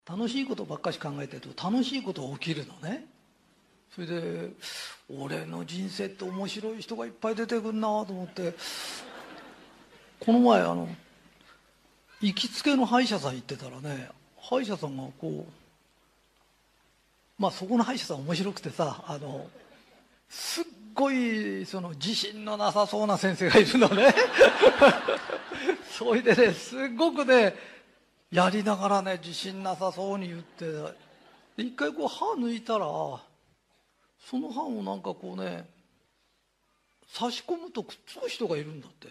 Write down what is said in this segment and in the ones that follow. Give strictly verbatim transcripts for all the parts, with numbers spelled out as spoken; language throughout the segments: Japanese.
楽しいことばっかし考えてると楽しいことが起きるのね。それで俺の人生って面白い人がいっぱい出てくるなと思って、この前あの行きつけの歯医者さん行ってたらね、歯医者さんがこう、まあそこの歯医者さん面白くてさ、あのすっごいその自信のなさそうな先生がいるのねそれでね、すっごくねやりながらね、自信なさそうに言って、一回こう歯抜いたら、その歯をなんかこうね差し込むとくっつく人がいるんだって。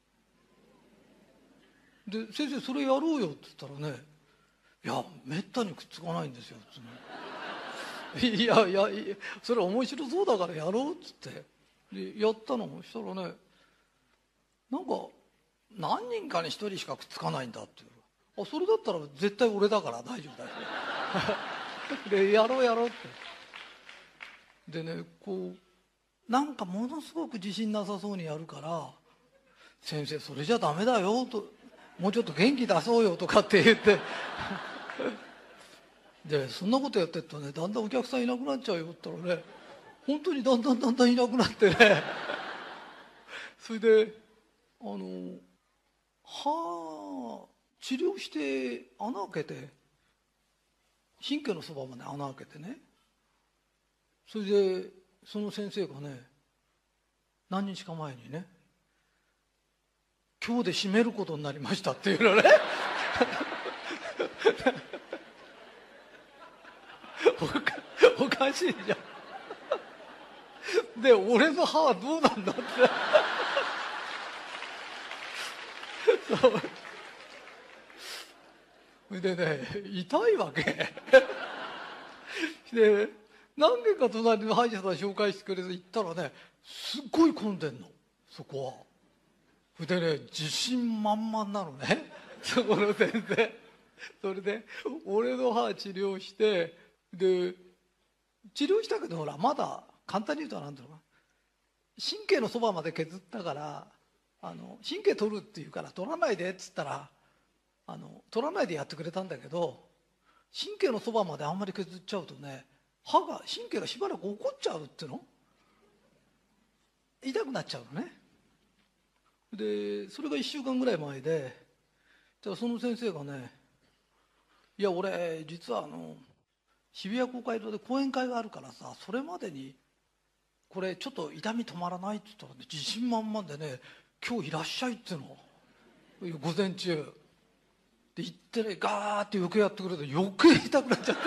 で、先生それやろうよって言ったらね、いやめったにくっつかないんですよって、ね、いやいやいやそれ面白そうだからやろうっつってでやったの。そしたらね、なんか何人かに一人しかくっつかないんだって。あ、それだったら絶対俺だから大丈夫だよでやろうやろうってでね、こうなんかものすごく自信なさそうにやるから、先生それじゃダメだよと、もうちょっと元気出そうよとかって言ってでそんなことやってるとね、だんだんお客さんいなくなっちゃうよって言ったらね、本当にだんだんだんだんいなくなってねそれであの歯治療して穴開けて、神経のそばまで穴開けてね、それでその先生がね、何日か前にね、今日で閉めることになりましたっていうのねおかおかしいじゃんで俺の歯はどうなんだってそうそれでね、痛いわけで何軒か隣の歯医者さん紹介してくれて行ったらね、すっごい混んでんのそこは。それでね、自信満々なのねそこの先生。それで俺の歯治療して、で治療したけどほらまだ簡単に言うと何ていうのかな、神経のそばまで削ったから、あの神経取るっていうから取らないでっつったら、あの取らないでやってくれたんだけど、神経のそばまであんまり削っちゃうとね、歯が神経がしばらく怒っちゃうっていうの、痛くなっちゃうのね。でそれがいっしゅうかんぐらい前で、じゃあその先生がね、いや俺実はあの渋谷公会堂で講演会があるからさ、それまでにこれちょっと痛み止まらないって言ったら、ね、自信満々でね、今日いらっしゃいっていうの午前中で行ってね、ガーって余計やってくれて余計痛くなっちゃ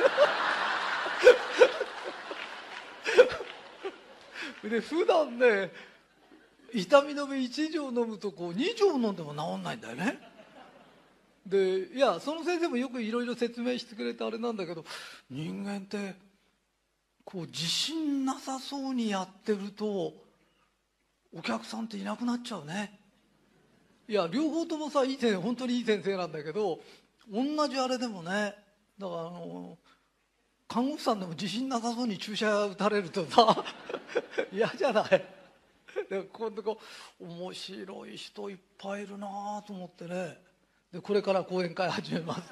ってで普段ね痛み止めいち錠飲むとこうに錠飲んでも治んないんだよね。でいやその先生もよくいろいろ説明してくれてあれなんだけど、人間ってこう自信なさそうにやってるとお客さんっていなくなっちゃうね。いや両方ともさ、いい先生、本当にいい先生なんだけど、同じあれでもね、だからあの看護婦さんでも自信なさそうに注射打たれるとさ嫌じゃない。でこうこう面白い人いっぱいいるなと思ってね、でこれから講演会始めます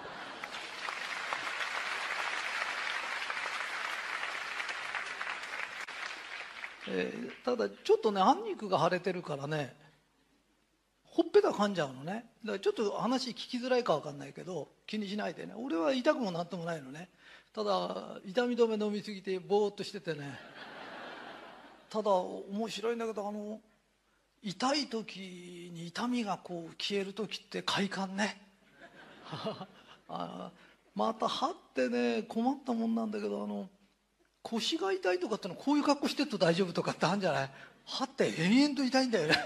えー、ただちょっとね、ăn肉が腫れてるからね、ほっぺた噛んじゃうのね。だからちょっと話聞きづらいか分かんないけど気にしないでね。俺は痛くもなんともないのね。ただ痛み止め飲みすぎてぼーっとしててね、ただ面白いんだけど、あの痛い時に痛みがこう消える時って快感ねあまた歯ってね困ったもんなんだけど、あの腰が痛いとかってのこういう格好してると大丈夫とかってあるんじゃない。歯って延々と痛いんだよね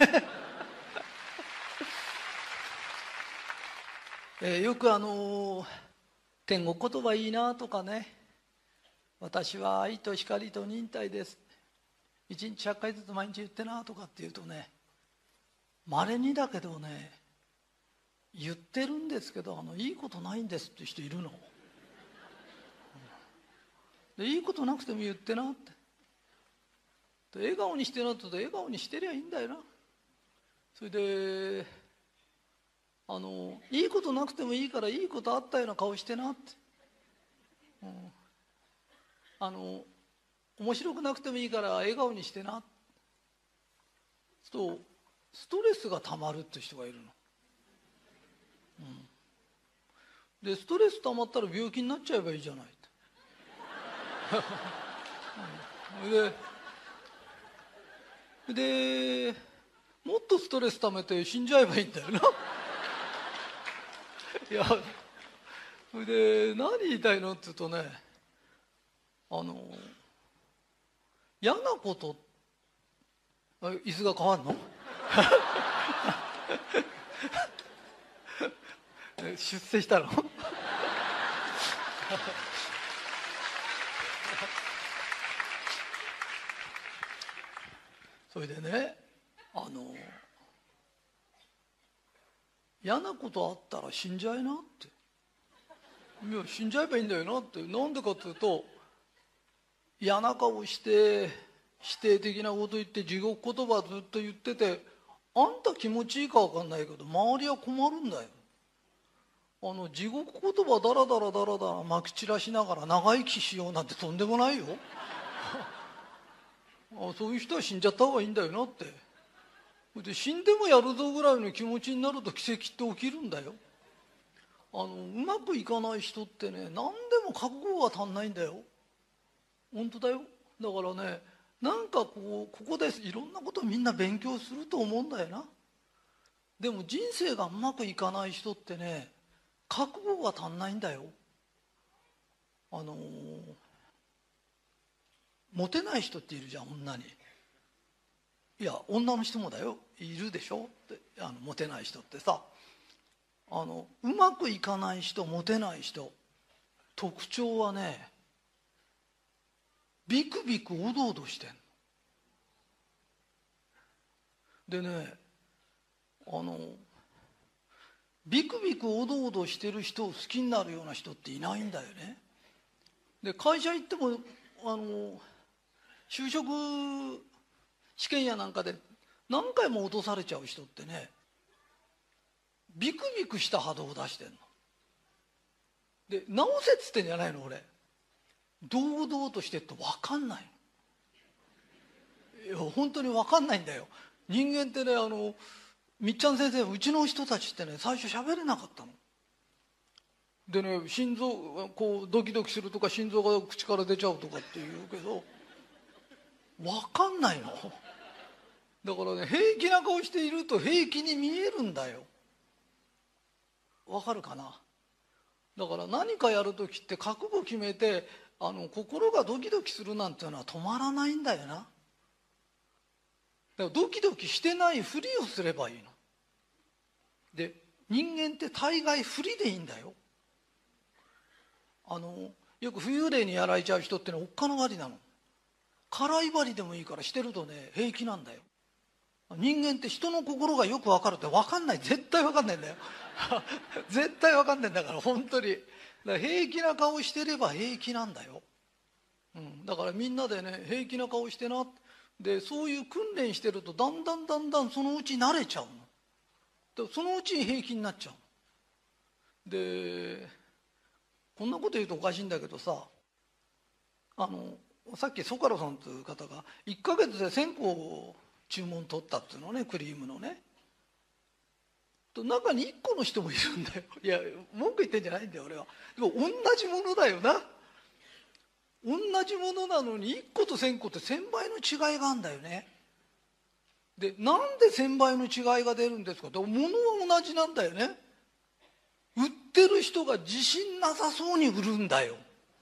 えー、よくあのー、天国言葉いいなとかね、私は愛と光と忍耐です一日ひゃっかいずつ毎日言ってなとかって言うとね、まれにだけどね言ってるんですけど、あのいいことないんですって人いるので、いいことなくても言ってなってで、笑顔にしてなって言うと笑顔にしてりゃいいんだよな。それであのいいことなくてもいいからいいことあったような顔してなって、 うん、あの面白くなくてもいいから笑顔にしてなとストレスがたまるって人がいるの、うん、でストレスたまったら病気になっちゃえばいいじゃないうん、ででもっとストレスためて死んじゃえばいいんだよないやで何言いたいのって言うとね、あの嫌なこと椅子が変わんの出世したのそれでね、あの嫌なことあったら死んじゃいなって、いや死んじゃえばいいんだよなって。なんでかっていうと、嫌な顔して否定的なこと言って地獄言葉ずっと言ってて、あんた気持ちいいか分かんないけど周りは困るんだよ。あの地獄言葉だらだらだらだらまき散らしながら長生きしようなんてとんでもないよあそういう人は死んじゃった方がいいんだよなって。で死んでもやるぞぐらいの気持ちになると奇跡って起きるんだよ。あのうまくいかない人ってね、何でも覚悟が足んないんだよ。本当だよ。だからね、なんかこうここでいろんなことをみんな勉強すると思うんだよな。でも人生がうまくいかない人ってね、覚悟が足んないんだよ。あのモテない人っているじゃん、女に。いや女の人もだよ、いるでしょって。あのモテない人ってさ、あのうまくいかない人、モテない人、特徴はね、ビクビクおどおどしてんのでね、あのビクビクおどおどしてる人を好きになるような人っていないんだよね。で会社行ってもあの就職試験やなんかで何回も落とされちゃう人ってね、ビクビクした波動を出してんので、直せっつってんじゃないの。俺堂々としてって分かんないの。いや本当に分かんないんだよ。人間ってね、あのみっちゃん先生、うちの人たちってね、最初喋れなかったのでね、心臓こうドキドキするとか心臓が口から出ちゃうとかって言うけど分かんないの。だからね、平気な顔していると平気に見えるんだよ。わかるかな。だから何かやるときって覚悟決めて、あの心がドキドキするなんていうのは止まらないんだよな。だからドキドキしてないふりをすればいいので、人間って大概ふりでいいんだよ。あのよく浮遊霊にやられちゃう人ってのはおっかながりなの。空いばりでもいいからしてるとね、平気なんだよ。人間って人の心がよく分かるって分かんない、絶対分かんないんだよ絶対分かんないんだから、本当に。だから平気な顔してれば平気なんだよ、うん、だからみんなでね、平気な顔してなで、そういう訓練してるとだんだんだんだんそのうち慣れちゃうので、そのうちに平気になっちゃうで、こんなこと言うとおかしいんだけどさ、あのさっきソカロさんという方がいっかげつでせんこ注文取ったっていうのね、クリームのね。と中にいっこの人もいるんだよ。いや文句言ってんじゃないんだよ俺は。でも同じものだよな。同じものなのにいっことせんこってせんばいの違いがあるんだよね。でなんでせんばいの違いが出るんですかって、物は同じなんだよね。売ってる人が自信なさそうに売るんだよ。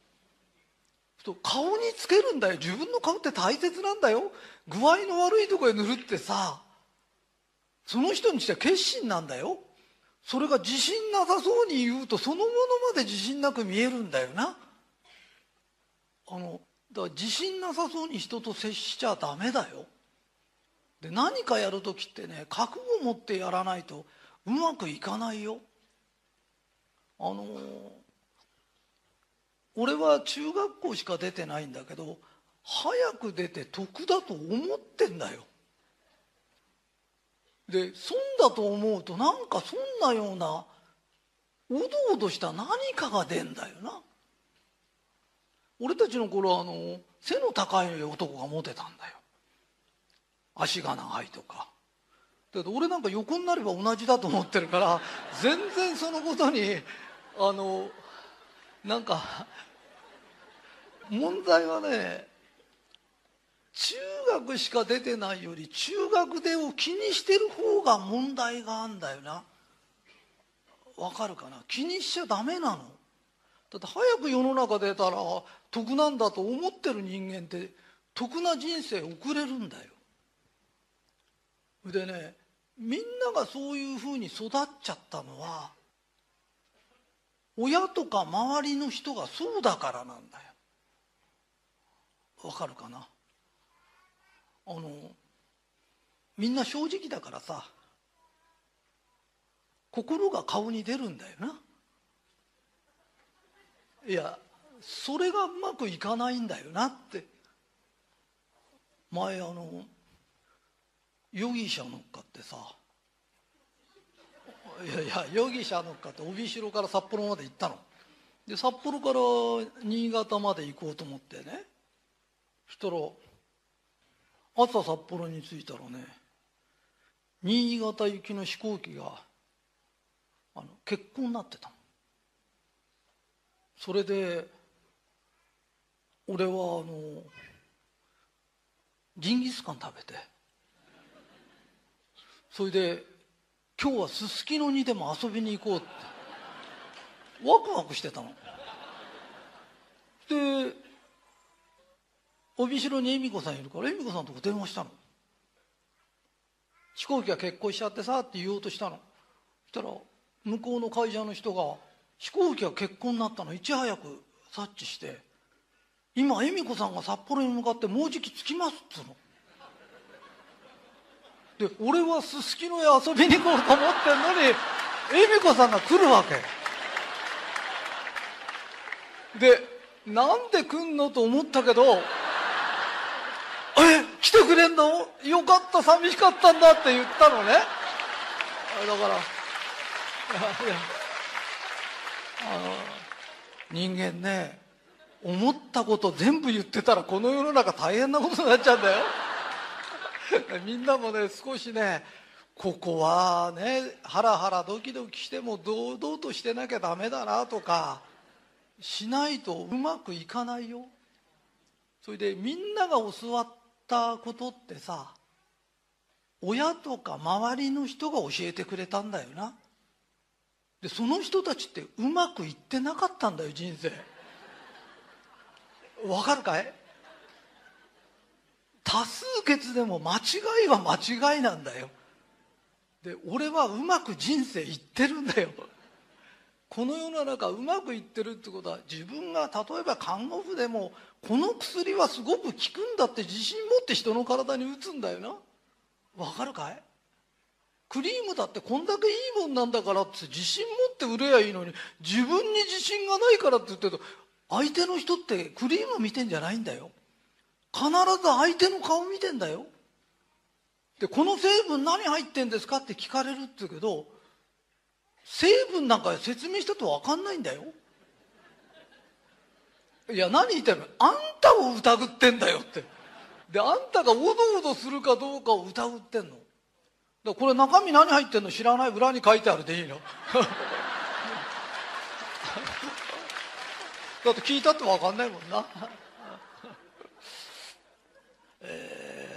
顔につけるんだよ。自分の顔って大切なんだよ。具合の悪いとこへ塗るってさ、その人にしては決心なんだよ。それが自信なさそうに言うと、そのものまで自信なく見えるんだよな。あのだから自信なさそうに人と接しちゃダメだよ。で何かやる時ってね、覚悟を持ってやらないとうまくいかないよ。あの俺は中学校しか出てないんだけど、早く出て得だと思ってんだよ。で損だと思うと、なんかそんなようなおどおどした何かが出んだよな。 俺たちの頃はあの背の高い男がモテたんだよ。足が長いとか。だけど俺なんか横になれば同じだと思ってるから、全然そのことにあのなんか問題はね、中学しか出てないより中学出を気にしてる方が問題があんだよな。わかるかな。気にしちゃダメなの。だって早く世の中出たら得なんだと思ってる人間って得な人生送れるんだよ。でね、みんながそういうふうに育っちゃったのは親とか周りの人がそうだからなんだよ。わかるかな。あのみんな正直だからさ、心が顔に出るんだよな。いや、それがうまくいかないんだよなって。前あの容疑者乗っかってさ、いやいや容疑者乗っかって帯広から札幌まで行ったの。で札幌から新潟まで行こうと思ってね、そしたら朝札幌に着いたらね、新潟行きの飛行機があの欠航になってたの。それで俺はあのジンギスカン食べて、それで今日はすすきのにでも遊びに行こうってワクワクしてたの。で帯広に恵美子さんいるから恵美子さんのとこ電話したの。飛行機が欠航しちゃってさって言おうとしたの。そしたら向こうの会社の人が飛行機が欠航になったのいち早く察知して、今恵美子さんが札幌に向かってもうじき着きますっつうの。で俺はすすきのへ遊びに行こうと思ってんのに恵美子さんが来るわけで、なんで来んのと思ったけど、え来てくれんのよかった寂しかったんだって言ったのね。だからあの人間ね、思ったこと全部言ってたらこの世の中大変なことになっちゃうんだよみんなもね少しね、ここはねハラハラドキドキしても堂々としてなきゃダメだなとかしないとうまくいかないよ。それでみんなが教わったことってさ、親とか周りの人が教えてくれたんだよな。でその人たちってうまくいってなかったんだよ人生。わかるかい。多数決でも間違いは間違いなんだよ。で俺はうまく人生いってるんだよ。この世の中うまくいってるってことは、自分が例えば看護婦でもこの薬はすごく効くんだって自信持って人の体に打つんだよな。わかるかい。クリームだってこんだけいいもんなんだからって自信持って売ればいいのに、自分に自信がないからって言ってると、相手の人ってクリーム見てんじゃないんだよ。必ず相手の顔見てんだよ。でこの成分何入ってんですかって聞かれるって言うけど、成分なんか説明したと分かんないんだよ。いや何言ってんの、あんたを疑ってんだよって。であんたがおどおどするかどうかを疑ってんの。だからこれ中身何入ってんの知らない、裏に書いてあるでいいのだって聞いたって分かんないもんなえ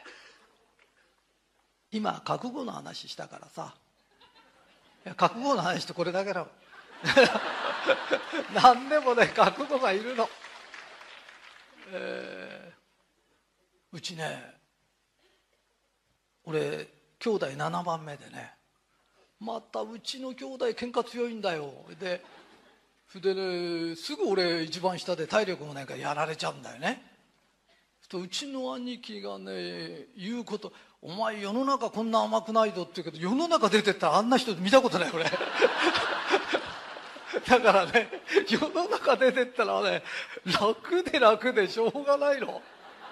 ー、今覚悟の話したからさ、いや覚悟の話ってこれだけなの何でもね覚悟がいるの、えー、うちね、俺兄弟ななばんめでね、またうちの兄弟喧嘩強いんだよ。ででね、すぐ俺一番下で体力もないからやられちゃうんだよね。うちの兄貴がね言うこと、お前世の中こんな甘くないぞって言うけど、世の中出てったらあんな人見たことない俺だからね、世の中出てったらね楽で楽でしょうがないの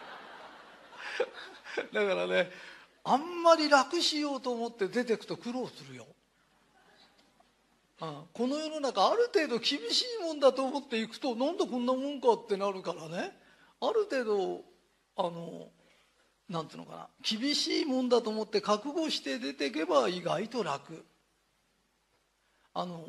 だからね、あんまり楽しようと思って出てくと苦労するよ。 うん、この世の中ある程度厳しいもんだと思っていくと、なんでこんなもんかってなるからね、ある程度あのなんていうのかな、厳しいもんだと思って覚悟して出ていけば意外と楽。あの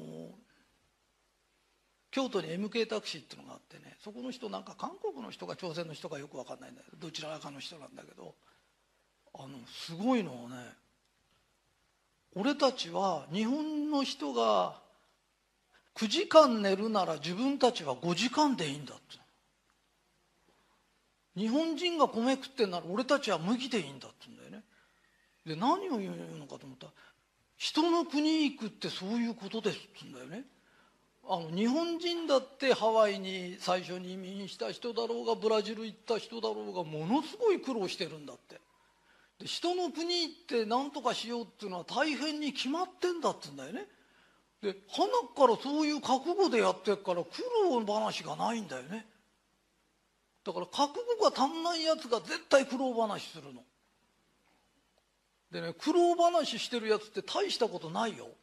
京都に エムケー タクシーっていうのがあってね、そこの人なんか韓国の人か朝鮮の人かよく分かんないんだけど、どちらかの人なんだけど、あのすごいのはね、俺たちは日本の人がくじかん寝るなら自分たちはごじかんでいいんだって。日本人が米食ってんなら俺たちは麦でいいんだって言うんだよね。で何を言うのかと思ったら、人の国行くってそういうことですって言うんだよね。あの日本人だってハワイに最初に移民した人だろうが、ブラジル行った人だろうが、ものすごい苦労してるんだって。で人の国行って何とかしようっていうのは大変に決まってんだって言うんだよね。で鼻からそういう覚悟でやってるから苦労話がないんだよね。だから覚悟が足んないやつが絶対苦労話するのでね、苦労話してるやつって大したことないよ。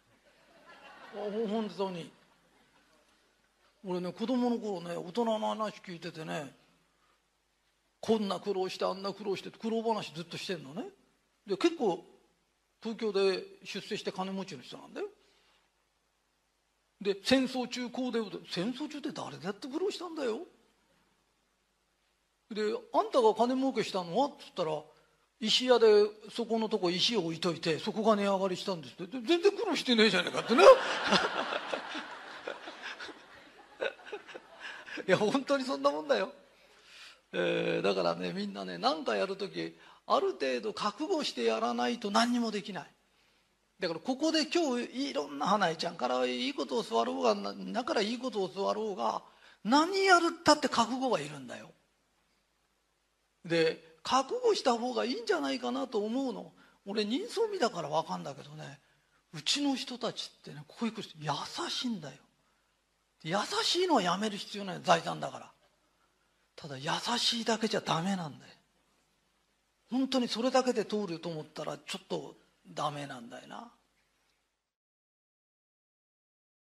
本当に俺ね、子供の頃ね、大人の話聞いててね、こんな苦労してあんな苦労してって苦労話ずっとしてんのね。で結構東京で出世して金持ちの人なんだよ。で戦争中こうで、戦争中って誰だって苦労したんだよ。であんたが金儲けしたのはっつったら、石屋でそこのとこ石を置いといてそこが値上がりしたんですって。全然苦労してねえじゃねえかってねいや本当にそんなもんだよ。えー、だからね、みんなね、何かやるときある程度覚悟してやらないと何にもできない。だからここで今日いろんな花江ちゃんからいいことを教わろうが、だからいいことを教わろうが、何やるったって覚悟がいるんだよ。で覚悟した方がいいんじゃないかなと思うの。俺人相見だから分かんだけどね、うちの人たちってね、ここ行く人優しいんだよ。優しいのはやめる必要ない、財産だから。ただ優しいだけじゃダメなんだよ。本当にそれだけで通ると思ったらちょっとダメなんだよな。